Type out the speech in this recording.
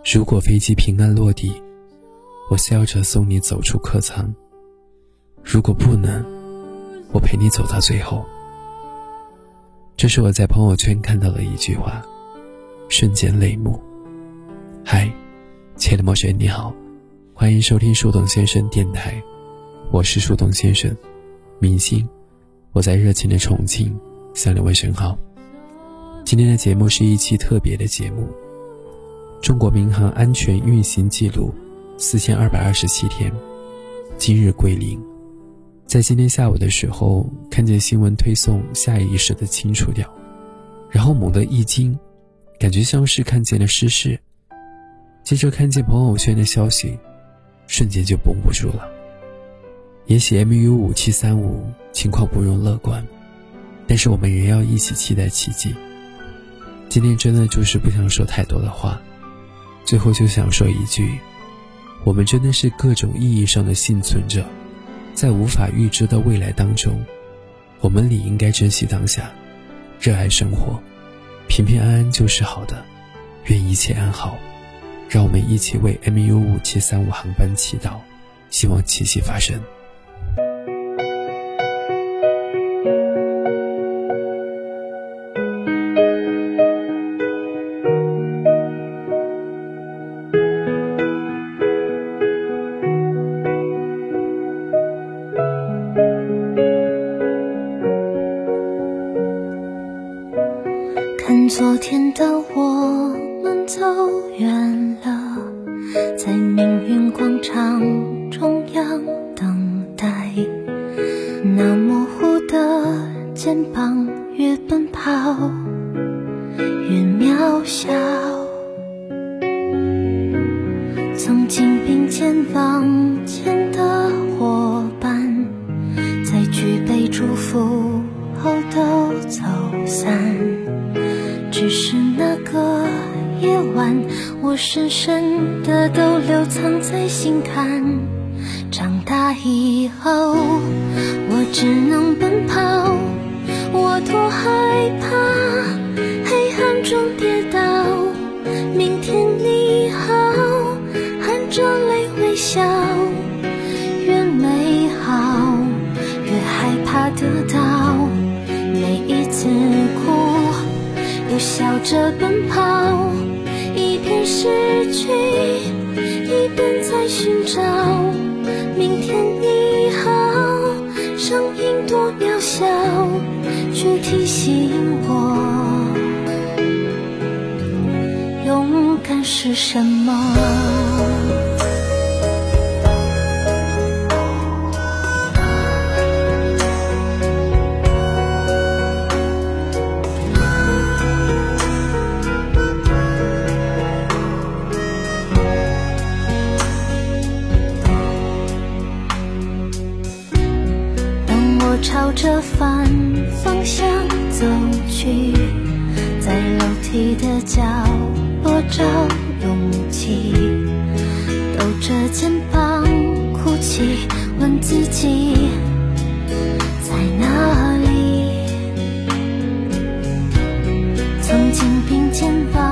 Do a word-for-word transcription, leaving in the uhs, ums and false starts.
如果飞机平安落地，我笑着送你走出客舱，如果不能，我陪你走到最后。这是我在朋友圈看到的一句话，瞬间泪目。嗨，亲爱的陌生人你好，欢迎收听树洞先生电台，我是树洞先生，明星，我在热情的重庆向你问声好。今天的节目是一期特别的节目，中国民航安全运行记录四千二百二十七天，今日归零。在今天下午的时候，看见新闻推送下意识地清除掉，然后猛地一惊，感觉像是看见了失事。接着看见朋友圈的消息，瞬间就绷不住了。也许 M U 五七三五 情况不容乐观，但是我们仍要一起期待奇迹。今天真的就是不想说太多的话，最后就想说一句，我们真的是各种意义上的幸存者，在无法预知的未来当中，我们理应该珍惜当下，热爱生活，平平安安就是好的，愿一切安好。让我们一起为 M U 五七三五 航班祈祷，希望奇迹发生。 看昨天的我们走远了，在命运广场中央等待，那模糊的肩膀越奔跑越渺小，曾经并肩往前的伙伴，在举杯祝福后都走散，只是那个夜晚，我深深的都留藏在心坎。长大以后，我只能奔跑，我多害怕黑暗中跌倒。明天你好，含着泪微笑，越美好越害怕得到，每一次哭又笑着奔跑，一边失去一边在寻找。明天你好，声音多渺小，却提醒我勇敢是什么。朝着反方向走去，在楼梯的角落找勇气，抖着肩膀哭泣，问自己在哪里。曾经并肩往